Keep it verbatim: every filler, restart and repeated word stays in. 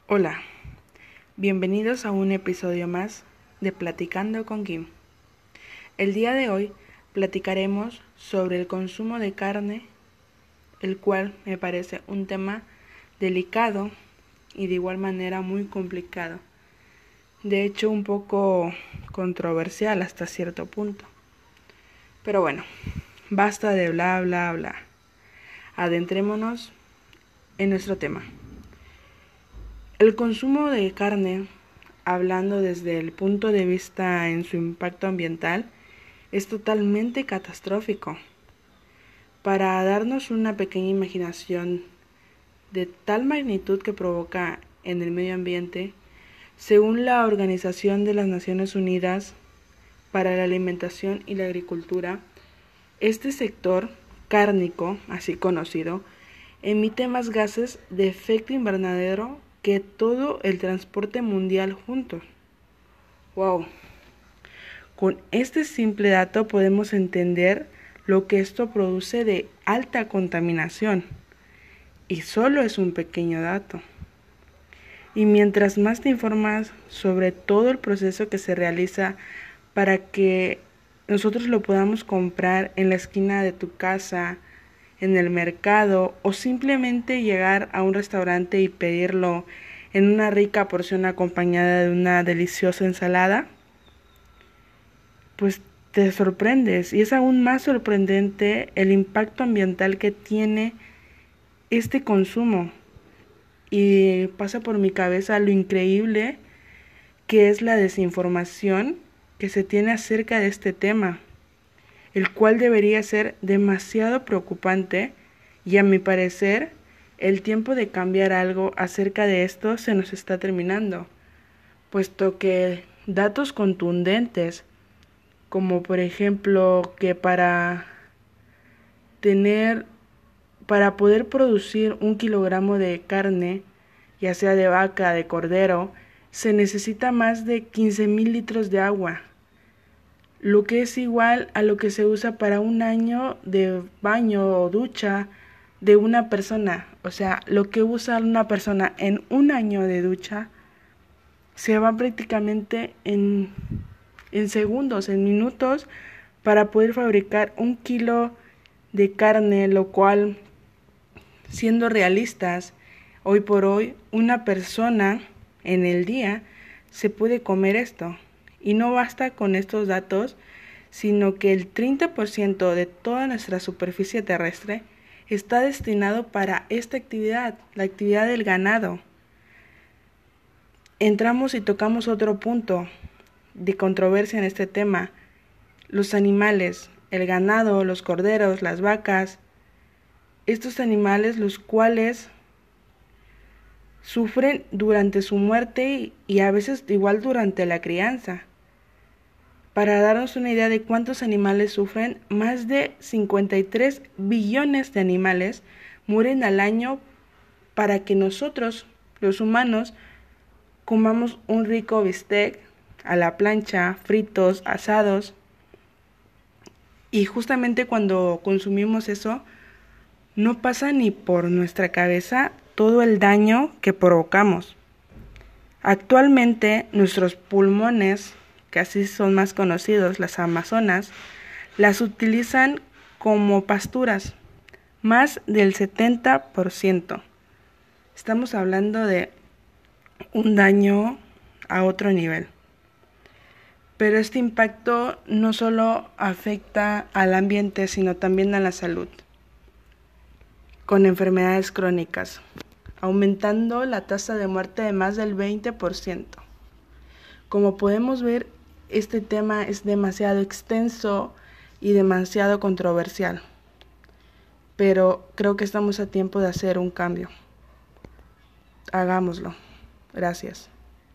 Hola, bienvenidos a un episodio más de Platicando con Kim. El día de hoy platicaremos sobre el consumo de carne, el cual me parece un tema delicado y de igual manera muy complicado. De hecho, un poco controversial hasta cierto punto. Pero bueno, basta de bla bla bla. Adentrémonos en nuestro tema. El consumo de carne, hablando desde el punto de vista en su impacto ambiental, es totalmente catastrófico. Para darnos una pequeña imaginación de tal magnitud que provoca en el medio ambiente, según la Organización de las Naciones Unidas para la Alimentación y la Agricultura, este sector cárnico, así conocido, emite más gases de efecto invernadero que todo el transporte mundial juntos. ¡Wow! Con este simple dato podemos entender lo que esto produce de alta contaminación. Y solo es un pequeño dato. Y mientras más te informas sobre todo el proceso que se realiza para que nosotros lo podamos comprar en la esquina de tu casa, en el mercado o simplemente llegar a un restaurante y pedirlo en una rica porción acompañada de una deliciosa ensalada, pues te sorprendes y es aún más sorprendente el impacto ambiental que tiene este consumo. Y pasa por mi cabeza lo increíble que es la desinformación que se tiene acerca de este tema, el cual debería ser demasiado preocupante y a mi parecer el tiempo de cambiar algo acerca de esto se nos está terminando, puesto que datos contundentes, como por ejemplo que para tener, para poder producir un kilogramo de carne, ya sea de vaca, de cordero, se necesita más de quince mil litros de agua, lo que es igual a lo que se usa para un año de baño o ducha de una persona. O sea, lo que usa una persona en un año de ducha se va prácticamente en, en segundos, en minutos, para poder fabricar un kilo de carne, lo cual, siendo realistas, hoy por hoy, una persona en el día se puede comer esto. Y no basta con estos datos, sino que el treinta por ciento de toda nuestra superficie terrestre está destinado para esta actividad, la actividad del ganado. Entramos y tocamos otro punto de controversia en este tema. Los animales, el ganado, los corderos, las vacas, estos animales los cuales sufren durante su muerte y a veces igual durante la crianza. Para darnos una idea de cuántos animales sufren, más de cincuenta y tres billones de animales mueren al año para que nosotros, los humanos, comamos un rico bistec a la plancha, fritos, asados. Y justamente cuando consumimos eso, no pasa ni por nuestra cabeza todo el daño que provocamos. Actualmente nuestros pulmones, que así son más conocidos, las amazonas, las utilizan como pasturas, más del setenta por ciento. Estamos hablando de un daño a otro nivel. Pero este impacto no solo afecta al ambiente, sino también a la salud, con enfermedades crónicas, aumentando la tasa de muerte de más del veinte por ciento. Como podemos ver, este tema es demasiado extenso y demasiado controversial, pero creo que estamos a tiempo de hacer un cambio. Hagámoslo. Gracias.